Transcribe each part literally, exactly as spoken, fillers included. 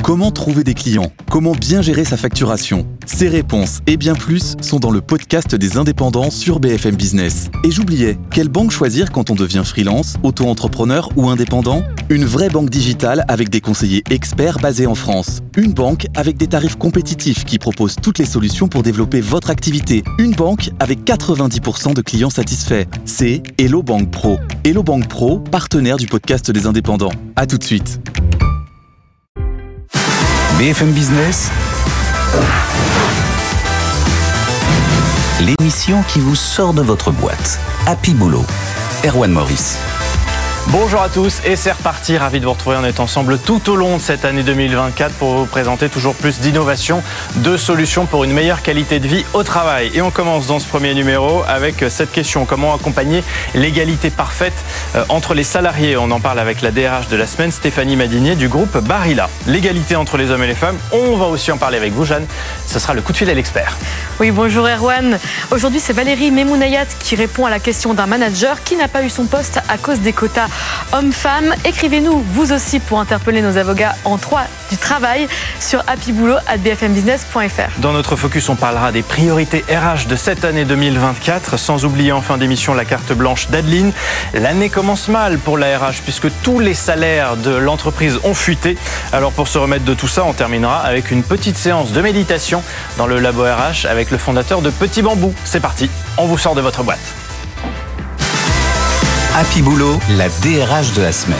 Comment trouver des clients ? Comment bien gérer sa facturation ? Ces réponses et bien plus sont dans le podcast des indépendants sur B F M Business. Et j'oubliais, quelle banque choisir quand on devient freelance, auto-entrepreneur ou indépendant ? Une vraie banque digitale avec des conseillers experts basés en France. Une banque avec des tarifs compétitifs qui propose toutes les solutions pour développer votre activité. Une banque avec quatre-vingt-dix pour cent de clients satisfaits. C'est Hello Bank Pro. Hello Bank Pro, partenaire du podcast des indépendants. À tout de suite. B F M Business, l'émission qui vous sort de votre boîte. Happy Boulot, Erwan Maurice. Bonjour à tous et c'est reparti, ravi de vous retrouver. On est ensemble tout au long de cette année deux mille vingt-quatre pour vous présenter toujours plus d'innovations, de solutions pour une meilleure qualité de vie au travail. Et on commence dans ce premier numéro avec cette question: comment accompagner l'égalité parfaite entre les salariés? On en parle avec la D R H de la semaine, Stéphanie Madinier du groupe Barilla. L'égalité entre les hommes et les femmes, on va aussi en parler avec vous, Jeanne. Ce sera le coup de fil à l'expert. Oui, bonjour Erwan. Aujourd'hui, c'est Valérie Memounayat qui répond à la question d'un manager qui n'a pas eu son poste à cause des quotas hommes-femmes. Écrivez-nous, vous aussi, pour interpeller nos avocats en droit du travail sur happy boulot arobase b f m business point f r. Dans notre focus, on parlera des priorités R H de cette année deux mille vingt-quatre, sans oublier en fin d'émission la carte blanche d'Adeline. L'année commence mal pour la R H puisque tous les salaires de l'entreprise ont fuité. Alors pour se remettre de tout ça, on terminera avec une petite séance de méditation dans le labo R H avec le fondateur de Petit Bambou. C'est parti, on vous sort de votre boîte. Happy Boulot, la D R H de la semaine.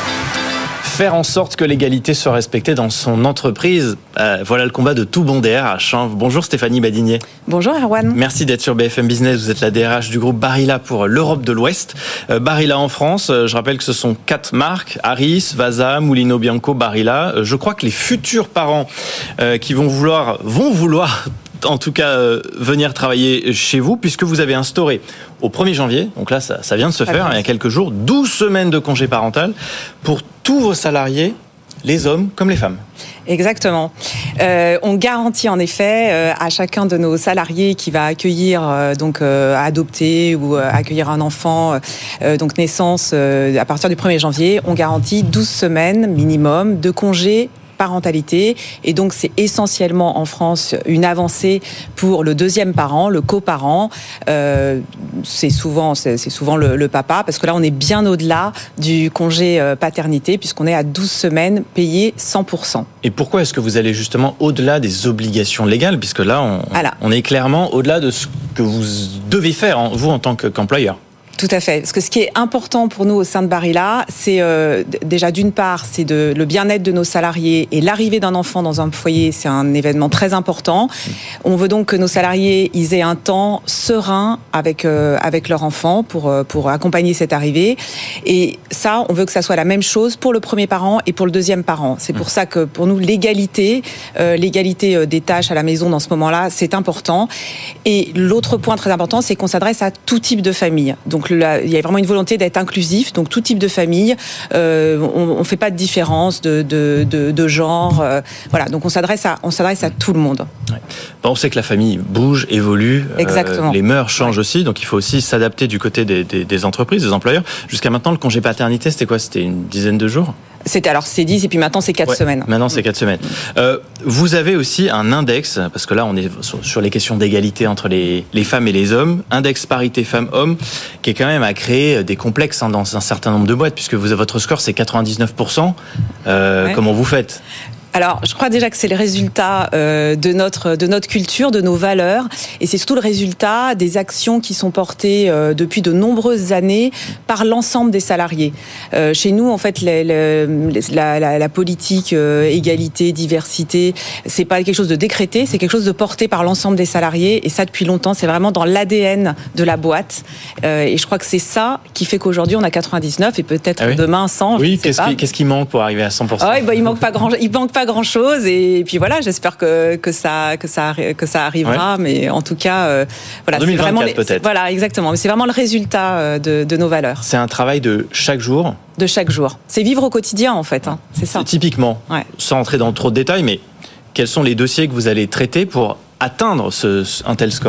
Faire en sorte que l'égalité soit respectée dans son entreprise, euh, voilà le combat de tout bon D R H. Hein. Bonjour Stéphanie Madinier. Bonjour Erwan. Merci d'être sur B F M Business. Vous êtes la D R H du groupe Barilla pour l'Europe de l'Ouest. Euh, Barilla en France, euh, je rappelle que ce sont quatre marques: Harris, Vasa, Mulino Bianco, Barilla. Euh, je crois que les futurs parents euh, qui vont vouloir, vont vouloir en tout cas euh, venir travailler chez vous, puisque vous avez instauré au premier janvier, donc là ça, ça vient de se faire, hein, il y a quelques jours, douze semaines de congé parental pour tous vos salariés, les hommes comme les femmes. Exactement. Euh, on garantit en effet euh, à chacun de nos salariés qui va accueillir, euh, donc euh, adopter ou euh, accueillir un enfant, euh, donc naissance euh, à partir du premier janvier, on garantit douze semaines minimum de congé parentalité, et donc c'est essentiellement en France une avancée pour le deuxième parent, le coparent. Euh, c'est souvent, c'est, c'est souvent le, le papa, parce que là on est bien au-delà du congé paternité puisqu'on est à douze semaines payées cent pour cent. Et pourquoi est-ce que vous allez justement au-delà des obligations légales, puisque là on, voilà. on est clairement au-delà de ce que vous devez faire, hein, vous en tant qu'employeur? Tout à fait. Parce que ce qui est important pour nous au sein de Barilla, c'est euh, déjà d'une part, c'est de, le bien-être de nos salariés, et l'arrivée d'un enfant dans un foyer, c'est un événement très important. On veut donc que nos salariés ils aient un temps serein avec euh, avec leur enfant pour pour accompagner cette arrivée. Et ça, on veut que ça soit la même chose pour le premier parent et pour le deuxième parent. C'est pour ça que pour nous l'égalité, euh, l'égalité des tâches à la maison dans ce moment-là, c'est important. Et l'autre point très important, c'est qu'on s'adresse à tout type de famille. Donc il y a vraiment une volonté d'être inclusif, donc tout type de famille. Euh, on ne fait pas de différence de, de, de, de genre. Euh, voilà, donc on s'adresse à, on s'adresse à tout le monde. Ouais. Bon, on sait que la famille bouge, évolue. Exactement. Euh, les mœurs changent ouais. aussi, donc il faut aussi s'adapter du côté des, des, des entreprises, des employeurs. Jusqu'à maintenant, le congé paternité, c'était quoi? C'était une dizaine de jours? C'était alors c'est dix et puis maintenant c'est quatre ouais, semaines. Maintenant c'est quatre semaines. Euh, vous avez aussi un index, parce que là on est sur, sur les questions d'égalité entre les, les femmes et les hommes, index parité femmes-hommes, qui est quand même à créer des complexes hein, dans un certain nombre de boîtes, puisque vous, votre score c'est quatre-vingt-dix-neuf pour cent. Euh, ouais. Comment vous faites? Alors, je crois déjà que c'est le résultat euh, de notre de notre culture, de nos valeurs, et c'est surtout le résultat des actions qui sont portées euh, depuis de nombreuses années par l'ensemble des salariés. Euh, chez nous, en fait, les, les, la, la, la politique euh, égalité, diversité, c'est pas quelque chose de décrété, c'est quelque chose de porté par l'ensemble des salariés, et ça depuis longtemps, c'est vraiment dans l'A D N de la boîte. Euh, et je crois que c'est ça qui fait qu'aujourd'hui on a quatre-vingt-dix-neuf et peut-être ah oui. demain cent. Oui, qu'est-ce qui, qu'est-ce qui manque pour arriver à cent pour cent? Ah oui, bah, il manque pas grand, il manque pas grand chose, et puis voilà, j'espère que que ça que ça que ça arrivera, ouais. mais en tout cas euh, voilà, en deux mille vingt-quatre, c'est vraiment peut-être. Voilà, exactement, mais c'est vraiment le résultat de de nos valeurs. C'est un travail de chaque jour. De chaque jour. C'est vivre au quotidien en fait, hein. C'est ça. Typiquement, ouais. Sans entrer dans trop de détails, mais quels sont les dossiers que vous allez traiter pour atteindre ce un tel score?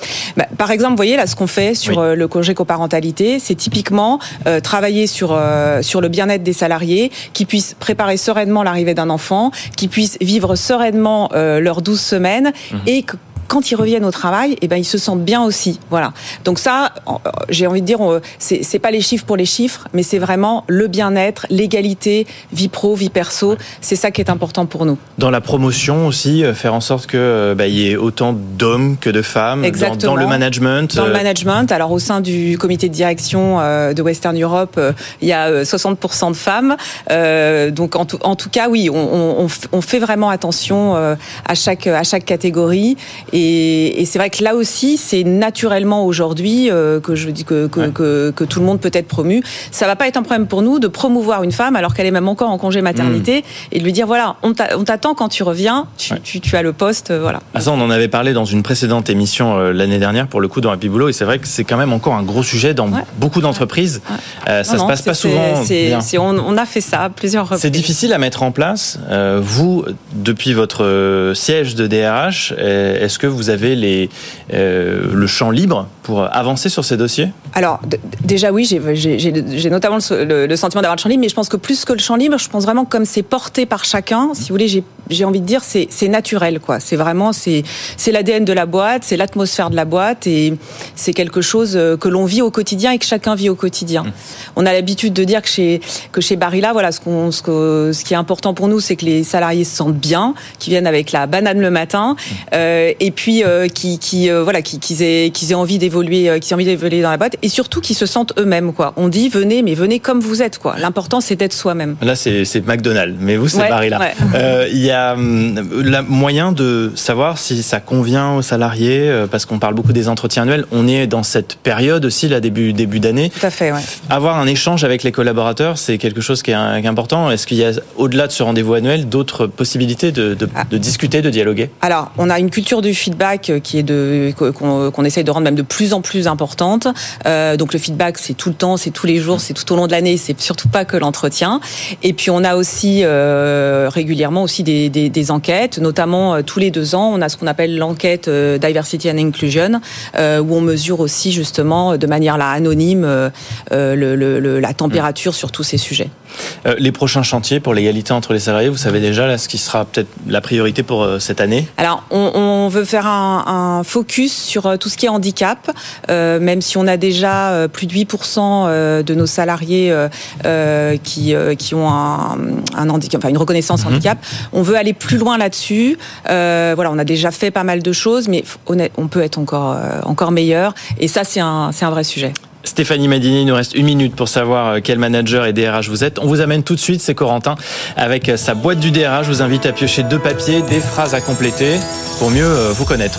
Bah, par exemple, vous voyez là ce qu'on fait sur oui. le congé coparentalité, c'est typiquement euh, travailler sur euh, sur le bien-être des salariés, qui puissent préparer sereinement l'arrivée d'un enfant, qui puissent vivre sereinement euh, leurs douze semaines mmh. et que quand ils reviennent au travail, eh ben ils se sentent bien aussi. Voilà. Donc ça, j'ai envie de dire, c'est, c'est pas les chiffres pour les chiffres, mais c'est vraiment le bien-être, l'égalité, vie pro, vie perso. Ouais. C'est ça qui est important pour nous. Dans la promotion aussi, faire en sorte que bah, y ait autant d'hommes que de femmes. Exactement. Dans, dans le management. Dans euh... le management. Alors au sein du comité de direction euh, de Western Europe, euh, il y a euh, soixante pour cent de femmes. Euh, donc en tout, en tout cas, oui, on, on, on fait vraiment attention euh, à chaque à chaque catégorie. Et, et c'est vrai que là aussi, c'est naturellement aujourd'hui euh, que je dis que, que, ouais. que, que tout le monde peut être promu. Ça va pas être un problème pour nous de promouvoir une femme alors qu'elle est même encore en congé maternité mmh. et de lui dire voilà, on, t'a, on t'attend quand tu reviens, tu, ouais. tu, tu as le poste, euh, voilà. Ah ça, on en avait parlé dans une précédente émission euh, l'année dernière pour le coup dans Happy Boulot et c'est vrai que c'est quand même encore un gros sujet dans ouais. beaucoup d'entreprises. Ouais. Euh, ça non, se non, passe pas c'est, souvent. C'est, bien. C'est, on, on a fait ça à plusieurs reprises. C'est difficile à mettre en place. Euh, vous, depuis votre siège de D R H, est-ce que vous avez les Euh, le champ libre pour avancer sur ces dossiers ? Alors, d- déjà oui, j'ai, j'ai, j'ai notamment le, le, le sentiment d'avoir le champ libre, mais je pense que plus que le champ libre, je pense vraiment comme c'est porté par chacun, si vous voulez, j'ai, j'ai envie de dire, c'est, c'est naturel, quoi. C'est vraiment, c'est, c'est l'A D N de la boîte, c'est l'atmosphère de la boîte, et c'est quelque chose que l'on vit au quotidien et que chacun vit au quotidien. Mmh. On a l'habitude de dire que chez, que chez Barilla, voilà, ce, qu'on, ce, que, ce qui est important pour nous, c'est que les salariés se sentent bien, qu'ils viennent avec la banane le matin, mmh. euh, et puis euh, qui, qui euh, voilà, qui, qu'ils aient, qu'ils aient envie d'évoluer, euh, qu'ils aient envie d'évoluer dans la boîte, et surtout qu'ils se sentent eux-mêmes, quoi. On dit venez, mais venez comme vous êtes, quoi. L'important c'est d'être soi-même. Là c'est, c'est McDonald's, mais vous c'est ouais, Barilla. Ouais. Euh, il y a hum, le moyen de savoir si ça convient aux salariés, euh, parce qu'on parle beaucoup des entretiens annuels. On est dans cette période aussi, là début début d'année. Tout à fait. Ouais. Avoir un échange avec les collaborateurs, c'est quelque chose qui est, qui est important. Est-ce qu'il y a au-delà de ce rendez-vous annuel d'autres possibilités de, de, ah. de discuter, de dialoguer ? Alors on a une culture du feedback qui est de qu'on, qu'on essaye de rendre même de plus en plus importante. Euh, donc le feedback, c'est tout le temps, c'est tous les jours, c'est tout au long de l'année, c'est surtout pas que l'entretien. Et puis on a aussi euh, régulièrement aussi des, des, des enquêtes, notamment euh, tous les deux ans, on a ce qu'on appelle l'enquête euh, Diversity and Inclusion, euh, où on mesure aussi justement de manière là anonyme euh, le, le, le, la température sur tous ces sujets. Euh, les prochains chantiers pour l'égalité entre les salariés, vous savez déjà là ce qui sera peut-être la priorité pour euh, cette année ? Alors on, on veut faire un, un focus sur euh, tout ce qui est handicap, euh, même si on a déjà euh, plus de huit pour cent euh, de nos salariés euh, euh, qui, euh, qui ont un, un handicap, enfin une reconnaissance mmh. handicap. On veut aller plus loin là-dessus. Euh, voilà, on a déjà fait pas mal de choses, mais on, est, on peut être encore, euh, encore meilleur. Et ça, c'est un, c'est un vrai sujet. Stéphanie Madini, il nous reste une minute pour savoir quel manager et D R H vous êtes. On vous amène tout de suite, c'est Corentin, avec sa boîte du D R H. Je vous invite à piocher deux papiers, des phrases à compléter pour mieux vous connaître.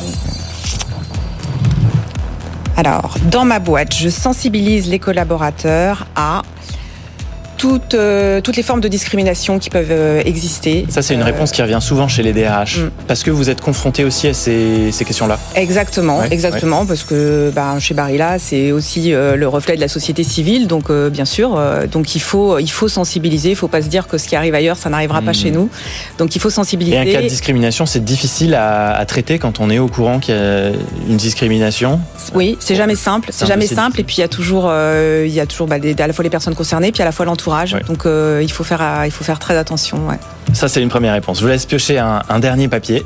Alors, dans ma boîte, je sensibilise les collaborateurs à toutes, euh, toutes les formes de discrimination qui peuvent euh, exister. Ça, c'est une euh... réponse qui revient souvent chez les D R H, mm. parce que vous êtes confrontés aussi à ces, ces questions-là. Exactement, ouais, exactement, ouais. Parce que bah, chez Barilla, c'est aussi euh, le reflet de la société civile, donc euh, bien sûr, euh, donc il faut, il faut sensibiliser, il ne faut pas se dire que ce qui arrive ailleurs, ça n'arrivera mm. pas chez nous, donc il faut sensibiliser. Et un cas de discrimination, c'est difficile à, à traiter quand on est au courant qu'il y a une discrimination. Oui, c'est jamais simple, c'est, c'est jamais simple, et puis il y a toujours, euh, il y a toujours bah, des, à la fois les personnes concernées, puis à la fois l'entourage. Ouais. Donc euh, il faut faire, il faut faire très attention. Ouais. Ça c'est une première réponse. Je vous laisse piocher un, un dernier papier.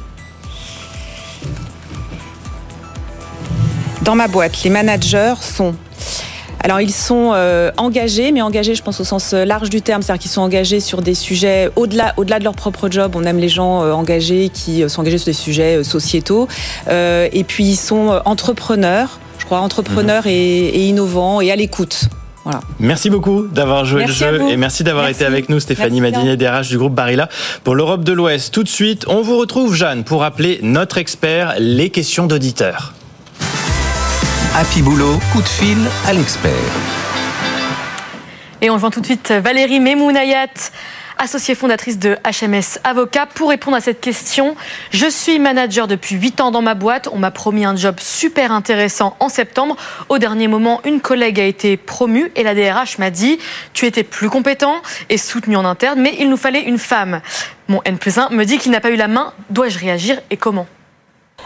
Dans ma boîte, les managers sont. Alors ils sont euh, engagés, mais engagés, je pense au sens large du terme, c'est-à-dire qu'ils sont engagés sur des sujets au-delà, au-delà de leur propre job. On aime les gens euh, engagés qui euh, sont engagés sur des sujets euh, sociétaux. Euh, et puis ils sont entrepreneurs, je crois, entrepreneurs mmh. et, et innovants et à l'écoute. Voilà. Merci beaucoup d'avoir joué merci le jeu et merci d'avoir merci. été avec nous, Stéphanie Madini, D R H du groupe Barilla pour l'Europe de l'Ouest. Tout de suite, on vous retrouve, Jeanne, pour appeler notre expert, les questions d'auditeurs. Happy Boulot, coup de fil à l'expert. Et on joint tout de suite Valérie Memounayat, associée fondatrice de H M S Avocat, pour répondre à cette question. Je suis manager depuis huit ans dans ma boîte. On m'a promis un job super intéressant en septembre. Au dernier moment, une collègue a été promue et la D R H m'a dit « Tu étais plus compétent et soutenu en interne, mais il nous fallait une femme. » Mon N plus un me dit qu'il n'a pas eu la main. Dois-je réagir et comment ?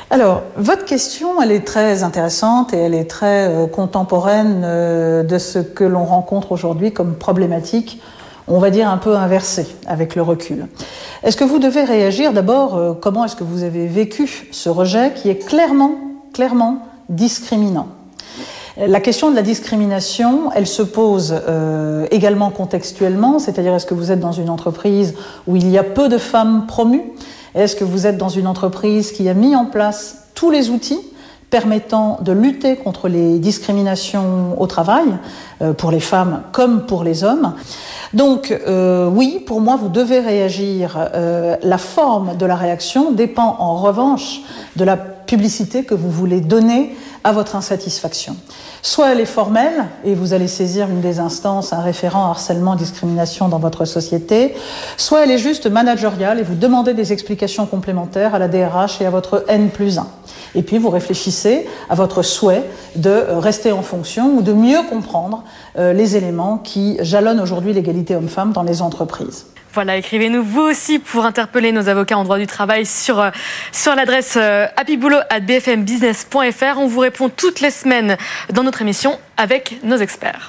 Alors, votre question, elle est très intéressante et elle est très euh, contemporaine euh, de ce que l'on rencontre aujourd'hui comme problématique, on va dire un peu inversée avec le recul. Est-ce que vous devez réagir d'abord, euh, comment est-ce que vous avez vécu ce rejet qui est clairement, clairement discriminant ? La question de la discrimination, elle se pose euh, également contextuellement, c'est-à-dire est-ce que vous êtes dans une entreprise où il y a peu de femmes promues ? Est-ce que vous êtes dans une entreprise qui a mis en place tous les outils permettant de lutter contre les discriminations au travail, euh, pour les femmes comme pour les hommes ? Donc euh, oui, pour moi, vous devez réagir. Euh, la forme de la réaction dépend en revanche de la publicité que vous voulez donner à votre insatisfaction. Soit elle est formelle, et vous allez saisir une des instances, un référent harcèlement, discrimination dans votre société, soit elle est juste managériale, et vous demandez des explications complémentaires à la D R H et à votre N plus un. Et puis vous réfléchissez à votre souhait de rester en fonction ou de mieux comprendre euh, les éléments qui jalonnent aujourd'hui l'égalité homme-femme dans les entreprises. Voilà, écrivez-nous vous aussi pour interpeller nos avocats en droit du travail sur, euh, sur l'adresse euh, happyboulot arobase b f m business point f r. On vous répond toutes les semaines dans notre émission avec nos experts.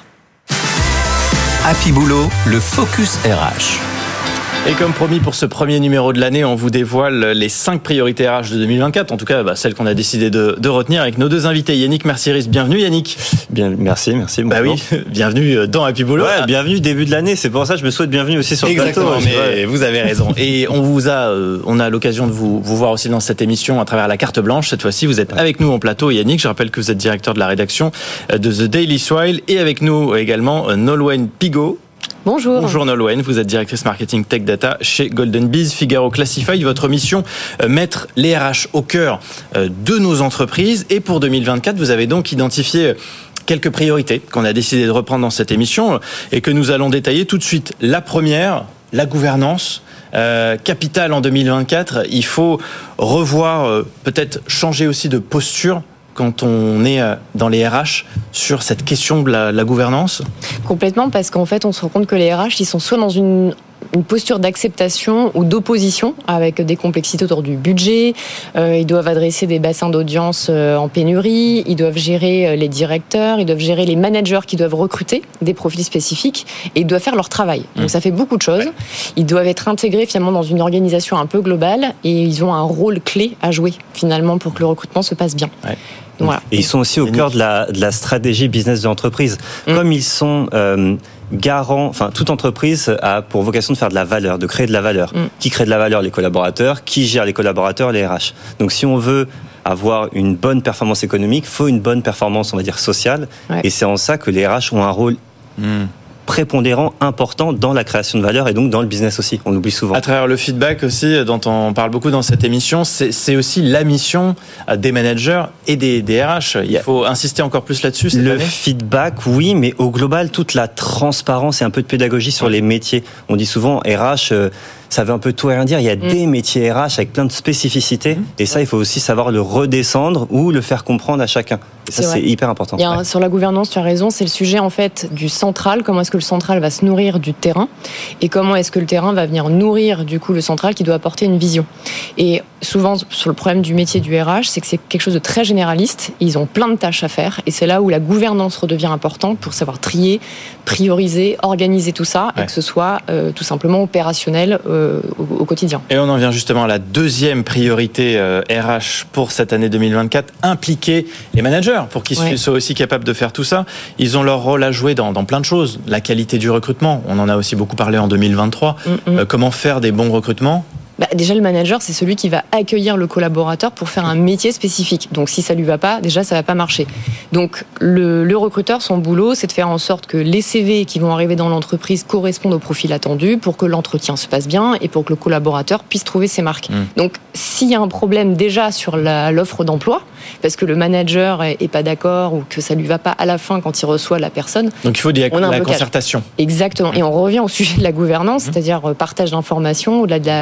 Happy Boulot, le focus R H. Et comme promis pour ce premier numéro de l'année, on vous dévoile les cinq priorités R H de deux mille vingt-quatre, en tout cas bah, celles qu'on a décidé de, de retenir avec nos deux invités. Yannick Mercieris, bienvenue Yannick. Bien, merci, merci. Bah oui, bienvenue dans Happy Boulot. Ouais, bienvenue début de l'année, c'est pour ça que je me souhaite bienvenue aussi sur Exactement, le plateau. Mais vous avez raison. Et on vous a, euh, on a l'occasion de vous, vous voir aussi dans cette émission à travers la carte blanche. Cette fois-ci, vous êtes avec nous en plateau, Yannick. Je rappelle que vous êtes directeur de la rédaction de The Daily Swile et avec nous également Nolwenn Pigot. Bonjour. Bonjour Nolwenn, vous êtes directrice marketing Tech Data chez Golden Bees Figaro Classified. Votre mission, euh, mettre les R H au cœur euh, de nos entreprises. Et pour deux mille vingt-quatre, vous avez donc identifié quelques priorités qu'on a décidé de reprendre dans cette émission et que nous allons détailler tout de suite. La première, la gouvernance. Euh, capitale en deux mille vingt-quatre, il faut revoir, euh, peut-être changer aussi de posture quand on est dans les R H sur cette question de la, la gouvernance ? Complètement, parce qu'en fait, on se rend compte que les R H, ils sont soit dans une, une posture d'acceptation ou d'opposition, avec des complexités autour du budget, euh, ils doivent adresser des bassins d'audience euh, en pénurie, ils doivent gérer les directeurs, ils doivent gérer les managers qui doivent recruter des profils spécifiques, et ils doivent faire leur travail. Mmh. Donc ça fait beaucoup de choses. Ouais. Ils doivent être intégrés finalement dans une organisation un peu globale, et ils ont un rôle clé à jouer finalement pour que le recrutement se passe bien. Ouais. Voilà. Et ils sont aussi au cœur de la, de la stratégie business de l'entreprise. Mmh. Comme ils sont euh, garants, enfin toute entreprise a pour vocation de faire de la valeur, de créer de la valeur. Mmh. Qui crée de la valeur ? Les collaborateurs. Qui gère les collaborateurs ? Les R H. Donc si on veut avoir une bonne performance économique, il faut une bonne performance, on va dire, sociale. Ouais. Et c'est en ça que les R H ont un rôle mmh. prépondérant, important dans la création de valeur et donc dans le business aussi. On l'oublie souvent. À travers le feedback aussi, dont on parle beaucoup dans cette émission, c'est, c'est aussi la mission des managers et des, des R H. Il faut insister encore plus là-dessus cette Le année. feedback, oui, mais au global, toute la transparence et un peu de pédagogie sur les métiers. On dit souvent R H... Euh, ça veut un peu tout et rien dire. Il y a mmh. des métiers R H avec plein de spécificités. Mmh. Et ça, il faut aussi savoir le redescendre ou le faire comprendre à chacun. Et ça, c'est, c'est hyper important. Il y a un, sur la gouvernance, tu as raison, c'est le sujet en fait du central. Comment est-ce que le central va se nourrir du terrain et comment est-ce que le terrain va venir nourrir du coup le central qui doit apporter une vision. Et souvent, sur le problème du métier du R H, c'est que c'est quelque chose de très généraliste. Ils ont plein de tâches à faire et c'est là où la gouvernance redevient importante pour savoir trier, prioriser, organiser tout ça ouais. et que ce soit euh, tout simplement opérationnel euh, Au, au quotidien. Et on en vient justement à la deuxième priorité euh, R H pour cette année deux mille vingt-quatre, impliquer les managers pour qu'ils ouais. soient aussi capables de faire tout ça. Ils ont leur rôle à jouer dans, dans plein de choses. La qualité du recrutement, on en a aussi beaucoup parlé en deux mille vingt-trois. Mm-hmm. Euh, comment faire des bons recrutements ? Bah, déjà, le manager, c'est celui qui va accueillir le collaborateur pour faire un métier spécifique. Donc, si ça lui va pas, déjà, ça va pas marcher. Donc, le, le recruteur, son boulot, c'est de faire en sorte que les C V qui vont arriver dans l'entreprise correspondent au profil attendu pour que l'entretien se passe bien et pour que le collaborateur puisse trouver ses marques. Mmh. Donc, s'il y a un problème déjà sur la, l'offre d'emploi, parce que le manager est, est pas d'accord ou que ça lui va pas à la fin quand il reçoit la personne. Donc, il faut dire la concertation. Exactement. Et on revient au sujet de la gouvernance, mmh. c'est-à-dire partage d'informations, au-delà de la hiérarchie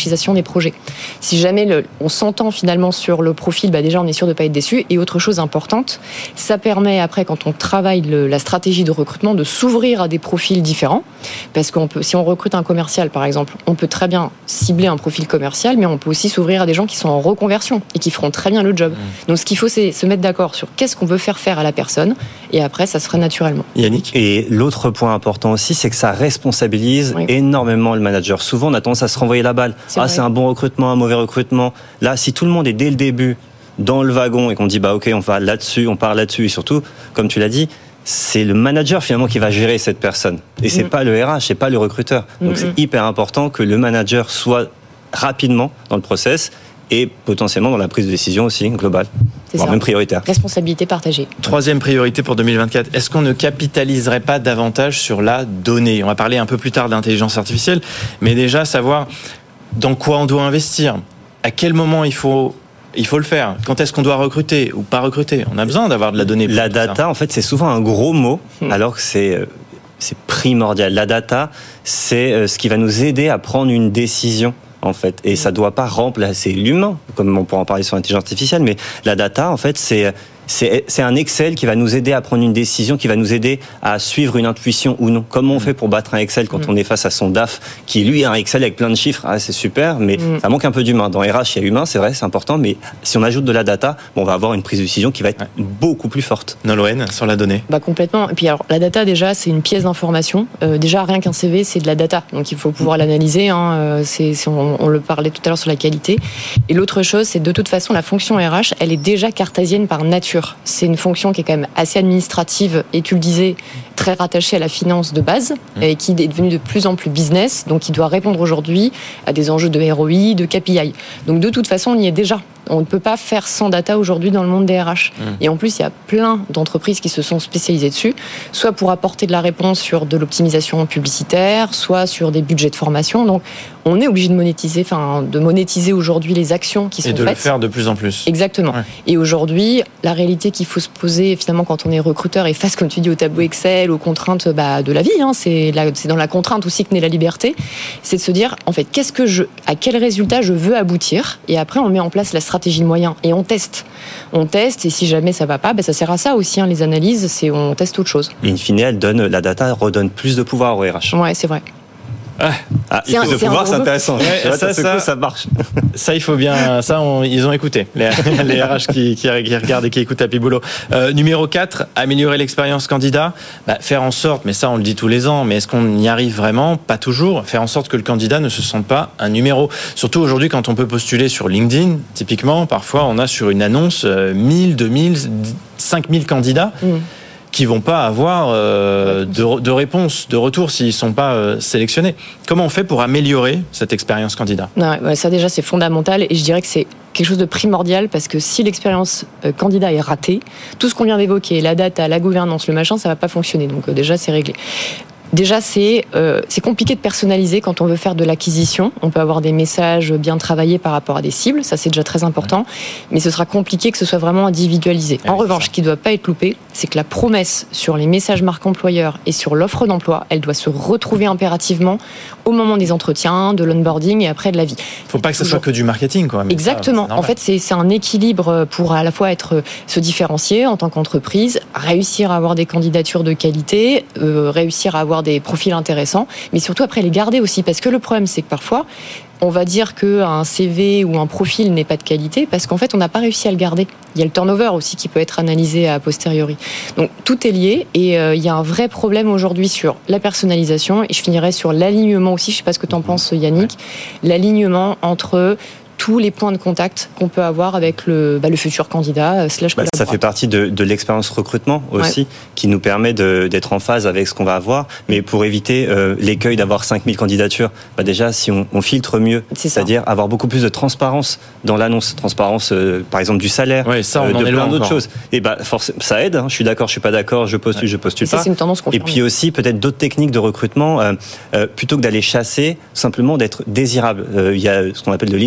hiérarchisation des projets. Si jamais le, on s'entend finalement sur le profil, bah déjà on est sûr de ne pas être déçu. Et autre chose importante, ça permet après quand on travaille le, la stratégie de recrutement de s'ouvrir à des profils différents. Parce qu'on peut, si on recrute un commercial par exemple, on peut très bien cibler un profil commercial, mais on peut aussi s'ouvrir à des gens qui sont en reconversion et qui feront très bien le job. Mmh. Donc ce qu'il faut, c'est se mettre d'accord sur qu'est-ce qu'on veut faire faire à la personne, et après ça se fera naturellement. Yannick. Et l'autre point important aussi, c'est que ça responsabilise oui. énormément le manager. Souvent on a tendance à se renvoyer la balle. C'est ah vrai. C'est un bon recrutement, un mauvais recrutement. Là, si tout le monde est dès le début dans le wagon et qu'on dit bah ok, on va là-dessus, on part là-dessus, et surtout, comme tu l'as dit, c'est le manager finalement qui va gérer cette personne. Et c'est mmh. pas le R H, c'est pas le recruteur. Donc mmh. c'est hyper important que le manager soit rapidement dans le process et potentiellement dans la prise de décision aussi globale, c'est voire ça. Même prioritaire. Responsabilité partagée. Troisième priorité pour deux mille vingt-quatre, est-ce qu'on ne capitaliserait pas davantage sur la donnée ? On va parler un peu plus tard d'intelligence artificielle, mais déjà savoir dans quoi on doit investir, à quel moment il faut... Il faut le faire. Quand est-ce qu'on doit recruter ou pas recruter ? On a besoin d'avoir de la donnée. La data, en fait, c'est souvent un gros mot, alors que c'est, c'est primordial. La data, c'est ce qui va nous aider à prendre une décision, en fait. Et ça ne doit pas remplacer l'humain, comme on pourra en parler sur l'intelligence artificielle, mais la data, en fait, c'est... C'est, c'est un Excel qui va nous aider à prendre une décision, qui va nous aider à suivre une intuition ou non. Comment on fait pour battre un Excel quand mmh. on est face à son D A F, qui lui a un Excel avec plein de chiffres, ah, c'est super, mais mmh. ça manque un peu d'humain. Dans R H, il y a humain, c'est vrai, c'est important, mais si on ajoute de la data, bon, on va avoir une prise de décision qui va être ouais. beaucoup plus forte. Nolwenn, sur la donnée. Bah, complètement. Et puis alors, la data, déjà, c'est une pièce d'information. Euh, déjà, rien qu'un C V, c'est de la data. Donc il faut pouvoir mmh. l'analyser. Hein. C'est, c'est, on, on le parlait tout à l'heure sur la qualité. Et l'autre chose, c'est de toute façon, la fonction R H, elle est déjà cartésienne par nature. C'est une fonction qui est quand même assez administrative et tu le disais, très rattachée à la finance de base mmh. et qui est devenue de plus en plus business, donc qui doit répondre aujourd'hui à des enjeux de R O I, de K P I. Donc de toute façon, on y est déjà. On ne peut pas faire sans data aujourd'hui dans le monde des R H. Mmh. Et en plus, il y a plein d'entreprises qui se sont spécialisées dessus, soit pour apporter de la réponse sur de l'optimisation publicitaire, soit sur des budgets de formation. Donc, on est obligé de monétiser, enfin, de monétiser aujourd'hui les actions qui sont faites. Et de le faire de plus en plus. Exactement. Ouais. Et aujourd'hui, la réalité qu'il faut se poser, finalement, quand on est recruteur et face, comme tu dis, au tableau Excel, aux contraintes bah, de la vie, hein, c'est, la, c'est dans la contrainte aussi que naît la liberté, c'est de se dire, en fait, qu'est-ce que je, à quel résultat je veux aboutir, et après, on met en place la stratégie de moyen et on teste. On teste et si jamais ça va pas, ben ça sert à ça aussi, hein, les analyses, c'est on teste autre chose. Et in fine, elle donne, la data redonne plus de pouvoir au R H. Ouais, c'est vrai. Ah, ah il plus de pouvoir, c'est intéressant. Ouais, ça, ça, coup, ça marche. Ça, il faut bien. Ça, on, ils ont écouté. Les, les R H qui, qui, qui regardent et qui écoutent Happy Boulot. Euh, numéro quatre, améliorer l'expérience candidat. Bah, faire en sorte, mais ça, on le dit tous les ans, mais est-ce qu'on y arrive vraiment ? Pas toujours. Faire en sorte que le candidat ne se sente pas un numéro. Surtout aujourd'hui, quand on peut postuler sur LinkedIn, typiquement, parfois, on a sur une annonce euh, mille, deux mille, cinq mille candidats. Mmh. qui vont pas avoir euh, de, de réponse, de retour s'ils sont pas euh, sélectionnés. Comment on fait pour améliorer cette expérience candidat ? Non, ouais, ça déjà c'est fondamental et je dirais que c'est quelque chose de primordial parce que si l'expérience euh, candidat est ratée, tout ce qu'on vient d'évoquer, la data, la gouvernance, le machin, ça va pas fonctionner. Donc euh, déjà c'est réglé. Déjà, c'est, euh, c'est compliqué de personnaliser quand on veut faire de l'acquisition. On peut avoir des messages bien travaillés par rapport à des cibles, ça c'est déjà très important, mais ce sera compliqué que ce soit vraiment individualisé. En oui, revanche, ce qui ne doit pas être loupé, c'est que la promesse sur les messages marque employeur et sur l'offre d'emploi, elle doit se retrouver impérativement au moment des entretiens, de l'onboarding et après de la vie. Il ne faut pas que ce soit que du marketing, quoi. Mais exactement. Ça, en fait, c'est, c'est un équilibre pour à la fois être, se différencier en tant qu'entreprise, réussir à avoir des candidatures de qualité, euh, réussir à avoir des profils intéressants, mais surtout après les garder aussi, parce que le problème c'est que parfois on va dire qu'un C V ou un profil n'est pas de qualité parce qu'en fait on n'a pas réussi à le garder. Il y a le turnover aussi qui peut être analysé a posteriori. Donc tout est lié et euh, il y a un vrai problème aujourd'hui sur la personnalisation et je finirai sur l'alignement aussi, je ne sais pas ce que tu en penses Yannick, l'alignement entre tous les points de contact qu'on peut avoir avec le, bah, le futur candidat slash bah, ça fait partie de, de l'expérience recrutement aussi, ouais. qui nous permet de, d'être en phase avec ce qu'on va avoir. Mais pour éviter euh, l'écueil d'avoir cinq mille candidatures, bah déjà, si on, on filtre mieux, c'est c'est-à-dire avoir beaucoup plus de transparence dans l'annonce, transparence euh, par exemple du salaire, ouais, ça, on euh, en de est plein d'autres encore. choses. Et bah, forcément, ça aide, hein, je suis d'accord, je suis pas d'accord, je postule, ouais. je postule ça, pas. C'est une tendance Et puis aussi, peut-être d'autres techniques de recrutement, euh, euh, plutôt que d'aller chasser, simplement d'être désirable. Euh, il y a ce qu'on appelle de l'inbound recruitment,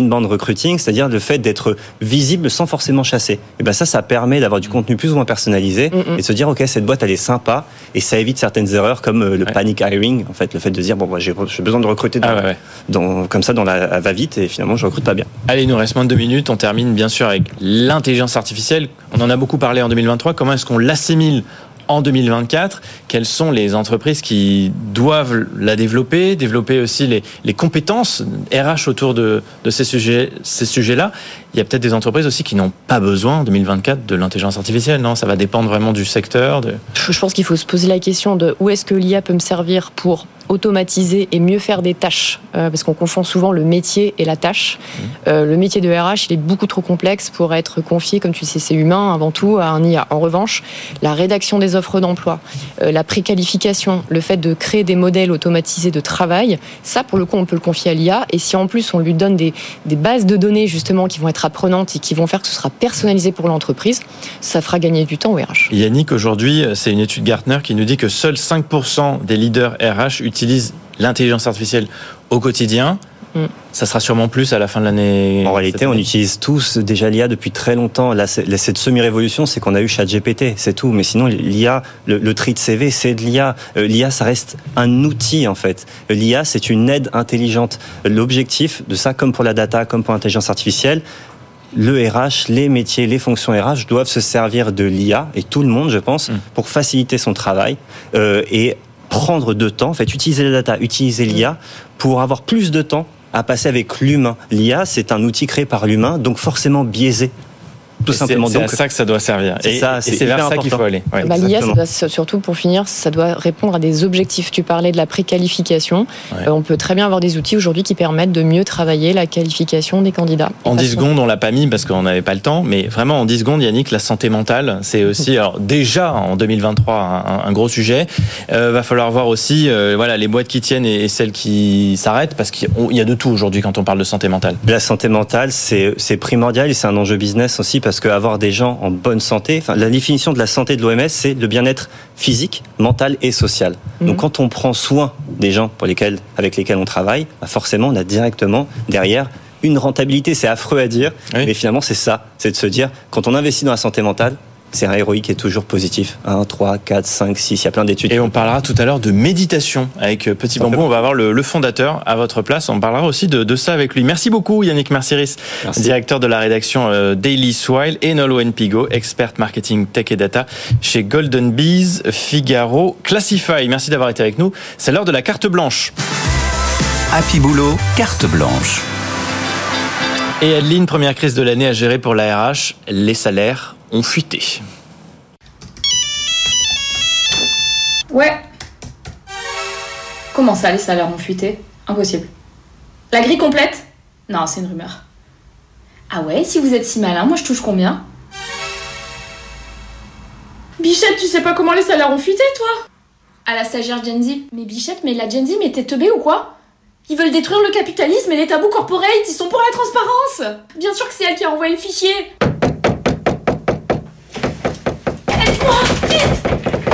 recruiting, c'est-à-dire le fait d'être visible sans forcément chasser. Et ben ça, ça permet d'avoir du contenu plus ou moins personnalisé mm-hmm. et de se dire ok, cette boîte elle est sympa et ça évite certaines erreurs comme le ouais. panic hiring, en fait, le fait de dire bon, moi, j'ai, j'ai besoin de recruter dans, ah ouais, ouais. dans, comme ça dans la va-vite et finalement je recrute pas bien. Allez, il nous reste moins de deux minutes. On termine bien sûr avec l'intelligence artificielle. On en a beaucoup parlé en deux mille vingt-trois. Comment est-ce qu'on l'assimile en deux mille vingt-quatre, quelles sont les entreprises qui doivent la développer, développer aussi les, les compétences R H autour de, de ces sujets, ces sujets-là. Il y a peut-être des entreprises aussi qui n'ont pas besoin en deux mille vingt-quatre de l'intelligence artificielle, non ? Ça va dépendre vraiment du secteur. De... Je pense qu'il faut se poser la question de où est-ce que l'I A peut me servir pour automatiser et mieux faire des tâches, euh, parce qu'on confond souvent le métier et la tâche. Mmh. Euh, le métier de R H, il est beaucoup trop complexe pour être confié, comme tu sais, c'est humain avant tout, à un I A. En revanche, la rédaction des offres d'emploi, euh, la préqualification, le fait de créer des modèles automatisés de travail, ça, pour le coup, on peut le confier à l'I A. Et si en plus, on lui donne des, des bases de données, justement, qui vont être apprenantes et qui vont faire que ce sera personnalisé pour l'entreprise, ça fera gagner du temps au R H. Yannick, aujourd'hui, c'est une étude Gartner qui nous dit que seuls cinq pour cent des leaders R H utilisent l'intelligence artificielle au quotidien. Mm. Ça sera sûrement plus à la fin de l'année. En réalité, on utilise tous déjà l'I A depuis très longtemps. Là, c'est, cette semi-révolution, c'est qu'on a eu ChatGPT, c'est tout. Mais sinon, l'I A, le, le tri de C V, c'est de l'I A. Euh, L'I A, ça reste un outil, en fait. L'I A, c'est une aide intelligente. L'objectif de ça, comme pour la data, comme pour l'intelligence artificielle, le R H, les métiers, les fonctions R H doivent se servir de l'I A, et tout le monde, je pense, mm. pour faciliter son travail euh, et prendre de temps, en fait, utiliser la data, utiliser l'I A pour avoir plus de temps à passer avec l'humain. L'I A, c'est un outil créé par l'humain, donc forcément biaisé. Tout et simplement. C'est, c'est donc, à ça que ça doit servir. C'est et, ça, c'est, et c'est vers ça important. Qu'il faut aller. Ouais. Bah, l'I A, ça doit, surtout pour finir, ça doit répondre à des objectifs. Tu parlais de la préqualification. Ouais. Euh, on peut très bien avoir des outils aujourd'hui qui permettent de mieux travailler la qualification des candidats. En dix secondes, on l'a pas mis parce qu'on n'avait pas le temps, mais vraiment en dix secondes, Yannick, la santé mentale, c'est aussi, alors déjà en deux mille vingt-trois, un, un gros sujet. Euh, va falloir voir aussi, euh, voilà, les boîtes qui tiennent et, et celles qui s'arrêtent, parce qu'il y a de tout aujourd'hui quand on parle de santé mentale. La santé mentale, c'est, c'est primordial et c'est un enjeu business aussi parce qu'avoir des gens en bonne santé. Enfin, la définition de la santé de l'O M S, c'est le bien-être physique, mental et social. Mmh. Donc, quand on prend soin des gens pour lesquels, avec lesquels on travaille, bah forcément, on a directement derrière une rentabilité. C'est affreux à dire, oui. mais finalement, c'est ça. C'est de se dire, quand on investit dans la santé mentale, c'est un R O I qui est toujours positif. un, trois, quatre, cinq, six, il y a plein d'études. Et on parlera tout à l'heure de méditation avec Petit Bambou. On va avoir le, le fondateur à votre place. On parlera aussi de, de ça avec lui. Merci beaucoup Yannick Mercieris, Merci. directeur de la rédaction euh, Daily Swile, et Nolo Npigo, expert marketing tech et data chez Golden Bees, Figaro, Classify. Merci d'avoir été avec nous. C'est l'heure de la carte blanche. Happy Boulot, carte blanche. Et Adeline, première crise de l'année à gérer pour la R H, les salaires ont fuité. Ouais. Comment ça, les salaires ont fuité ? Impossible. La grille complète ? Non, c'est une rumeur. Ah ouais, si vous êtes si malin, moi je touche combien ? Bichette, tu sais pas comment les salaires ont fuité, toi ? À la stagiaire Gen Z. Mais Bichette, mais la Gen Z, mais t'es teubée ou quoi ? Ils veulent détruire le capitalisme et les tabous corporate, ils sont pour la transparence. Bien sûr que c'est elle qui a envoyé le fichier. Aide-moi, vite.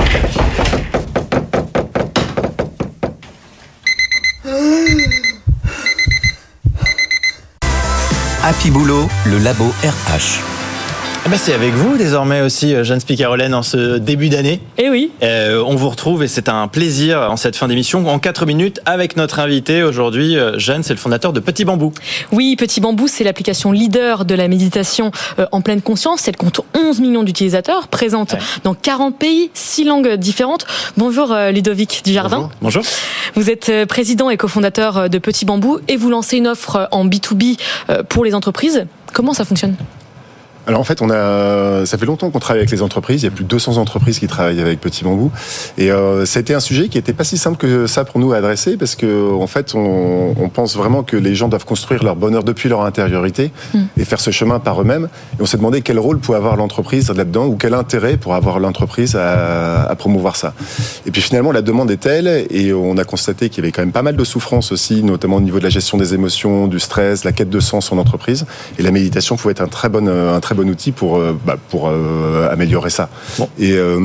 Happy Boulot, le labo R H. Eh ben c'est avec vous désormais aussi, Jeanne Spicarolène, en ce début d'année. Eh oui. Euh, on vous retrouve et c'est un plaisir en cette fin d'émission, en quatre minutes, avec notre invité aujourd'hui. Jeanne, c'est le fondateur de Petit Bambou. Oui, Petit Bambou, c'est l'application leader de la méditation en pleine conscience. Elle compte onze millions d'utilisateurs, présente ouais. dans quarante pays, six langues différentes. Bonjour Ludovic Dujardin. Bonjour. Bonjour. Vous êtes président et cofondateur de Petit Bambou et vous lancez une offre en B deux B pour les entreprises. Comment ça fonctionne ? Alors en fait, on a, ça fait longtemps qu'on travaille avec les entreprises. Il y a plus de deux cents entreprises qui travaillent avec Petit Bambou, et euh, ça a été un sujet qui n'était pas si simple que ça pour nous à adresser, parce que en fait, on, on pense vraiment que les gens doivent construire leur bonheur depuis leur intériorité mmh. et faire ce chemin par eux-mêmes. Et on s'est demandé quel rôle pouvait avoir l'entreprise là-dedans, ou quel intérêt pour avoir l'entreprise à, à promouvoir ça. Et puis finalement, la demande est telle, et on a constaté qu'il y avait quand même pas mal de souffrance aussi, notamment au niveau de la gestion des émotions, du stress, la quête de sens en entreprise. Et la méditation pouvait être un très bon, un très bon outil pour, bah, pour euh, améliorer ça. Bon. Et, euh,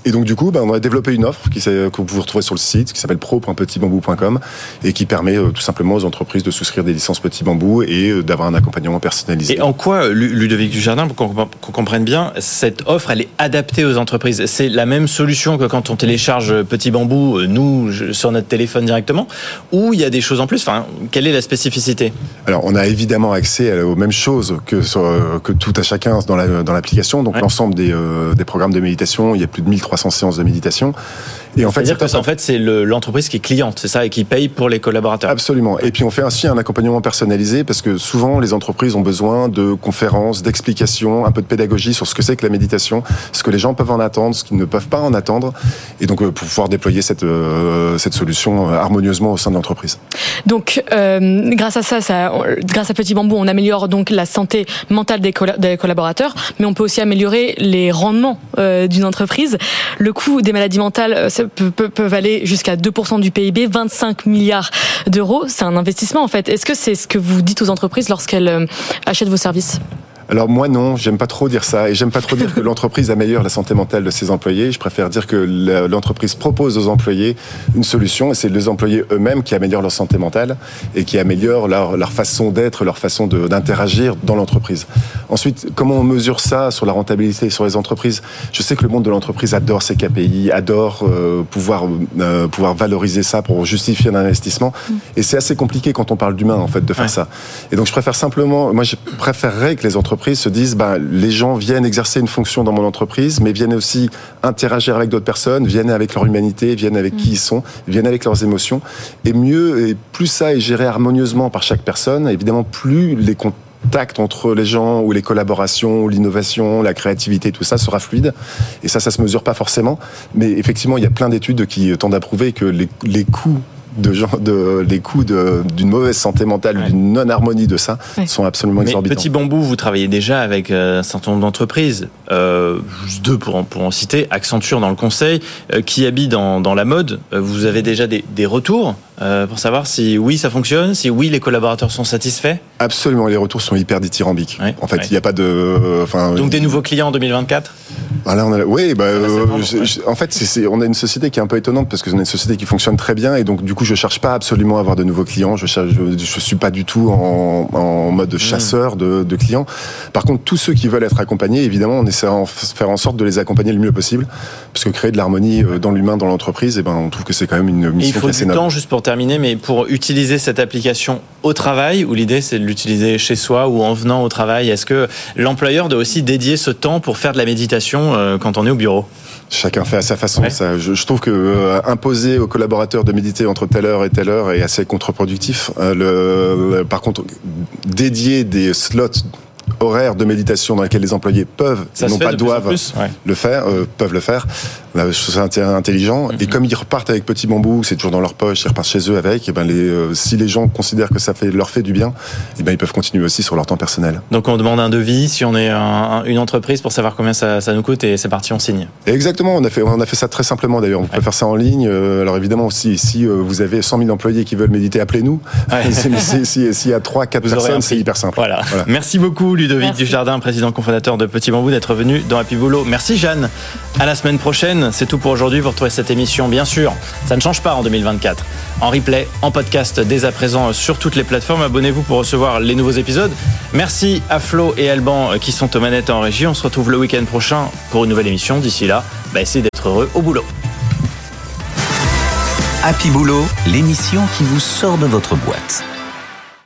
Et donc du coup, ben, on a développé une offre qui, que vous pouvez retrouver sur le site, qui s'appelle pro point petit bambou point com et qui permet euh, tout simplement aux entreprises de souscrire des licences Petit Bambou et euh, d'avoir un accompagnement personnalisé. Et en quoi, Ludovic Dujardin, pour qu'on, qu'on comprenne bien, cette offre, elle est adaptée aux entreprises? C'est la même solution que quand on télécharge Petit Bambou, nous, sur notre téléphone directement, ou il y a des choses en plus? Enfin, quelle est la spécificité? Alors, on a évidemment accès aux mêmes choses que, sur, que tout à chacun dans, la, dans l'application. Donc, ouais. l'ensemble des, euh, des programmes de méditation, il y a plus de mille trois cents séances de méditation. Et en fait, c'est-à-dire que c'est, en fait, c'est le, l'entreprise qui est cliente, c'est ça, et qui paye pour les collaborateurs. Absolument. Et puis, on fait ainsi un accompagnement personnalisé parce que souvent, les entreprises ont besoin de conférences, d'explications, un peu de pédagogie sur ce que c'est que la méditation, ce que les gens peuvent en attendre, ce qu'ils ne peuvent pas en attendre, et donc euh, pour pouvoir déployer cette, euh, cette solution harmonieusement au sein de l'entreprise. Donc, euh, grâce à ça, ça, grâce à Petit Bambou, on améliore donc la santé mentale des, coll- des collaborateurs, mais on peut aussi améliorer les rendements euh, d'une entreprise. Le coût des maladies mentales ça peut, peut, peuvent aller jusqu'à deux pour cent du P I B, vingt-cinq milliards d'euros. C'est un investissement en fait. Est-ce que c'est ce que vous dites aux entreprises lorsqu'elles euh, achètent vos services ? Alors moi non, j'aime pas trop dire ça et j'aime pas trop dire que l'entreprise améliore la santé mentale de ses employés. Je préfère dire que l'entreprise propose aux employés une solution et c'est les employés eux-mêmes qui améliorent leur santé mentale et qui améliorent leur, leur façon d'être, leur façon de, d'interagir dans l'entreprise. Ensuite, comment on mesure ça sur la rentabilité sur les entreprises? Je sais que le monde de l'entreprise adore ses K P I, adore euh, pouvoir euh, pouvoir valoriser ça pour justifier un investissement et c'est assez compliqué quand on parle d'humain en fait de faire ouais. ça. Et donc je préfère simplement, moi je préférerais que les entreprises se disent ben, les gens viennent exercer une fonction dans mon entreprise mais viennent aussi interagir avec d'autres personnes, viennent avec leur humanité, viennent avec mmh. qui ils sont, viennent avec leurs émotions et mieux et plus ça est géré harmonieusement par chaque personne, évidemment plus les contacts entre les gens ou les collaborations ou l'innovation, la créativité, tout ça sera fluide et ça ça se mesure pas forcément mais effectivement il y a plein d'études qui tendent à prouver que les, les coûts de genre de les coûts de, d'une mauvaise santé mentale, ouais. d'une non-harmonie de ça, ouais. sont absolument Mais exorbitants. Petit Bambou, vous travaillez déjà avec un certain nombre d'entreprises, euh, juste deux pour en, pour en citer, Accenture dans le conseil, euh, Kiabi dans, dans la mode. Vous avez déjà des, des retours euh, pour savoir si oui ça fonctionne, si oui les collaborateurs sont satisfaits? Absolument, les retours sont hyper dithyrambiques. Ouais. En fait, il ouais. n'y a pas de... Enfin, Donc des nouveaux clients en deux mille vingt-quatre? Voilà, on a, oui, bah, euh, je, je, en fait, c'est, c'est, on a une société qui est un peu étonnante parce que on a une société qui fonctionne très bien et donc du coup, je cherche pas absolument à avoir de nouveaux clients. Je cherche, je, je suis pas du tout en, en mode chasseur de, de clients. Par contre, tous ceux qui veulent être accompagnés, évidemment, on essaie de faire en sorte de les accompagner le mieux possible parce que créer de l'harmonie dans l'humain, dans l'entreprise, et ben, on trouve que c'est quand même une mission qui est assez noble. Il faut du temps, juste pour terminer, mais pour utiliser cette application au travail, où l'idée c'est de l'utiliser chez soi ou en venant au travail, est-ce que l'employeur doit aussi dédier ce temps pour faire de la méditation euh, quand on est au bureau? Chacun fait à sa façon. Ouais. Ça, je, je trouve que euh, imposer aux collaborateurs de méditer entre telle heure et telle heure est assez contre-productif. Euh, le, le, par contre, dédier des slots horaires de méditation dans lesquels les employés peuvent, ça non pas doivent plus, ouais. le faire, euh, peuvent le faire. Je trouve ça intelligent. Mm-hmm. Et comme ils repartent avec Petit Bambou, c'est toujours dans leur poche, ils repartent chez eux avec. Et ben les, euh, si les gens considèrent que ça fait, leur fait du bien, et ben ils peuvent continuer aussi sur leur temps personnel. Donc on demande un devis si on est un, une entreprise pour savoir combien ça, ça nous coûte et c'est parti, on signe. Et exactement, on a fait, on a fait ça très simplement d'ailleurs. On ouais. peut faire ça en ligne. Alors évidemment aussi, si vous avez cent mille employés qui veulent méditer, appelez-nous. Ouais. S'il si, si, si y a trois quatre personnes, c'est hyper simple. Voilà. Voilà. Merci beaucoup Ludovic Merci. Dujardin, président cofondateur de Petit Bambou, d'être venu dans Happy Boulot. Merci Jeanne. À la semaine prochaine. C'est tout pour aujourd'hui. Vous retrouvez cette émission, bien sûr. Ça ne change pas en deux mille vingt-quatre. En replay, en podcast, dès à présent sur toutes les plateformes. Abonnez-vous pour recevoir les nouveaux épisodes. Merci à Flo et Alban qui sont aux manettes en régie. On se retrouve le week-end prochain pour une nouvelle émission. D'ici là, bah, essayez d'être heureux au boulot. Happy Boulot, l'émission qui vous sort de votre boîte.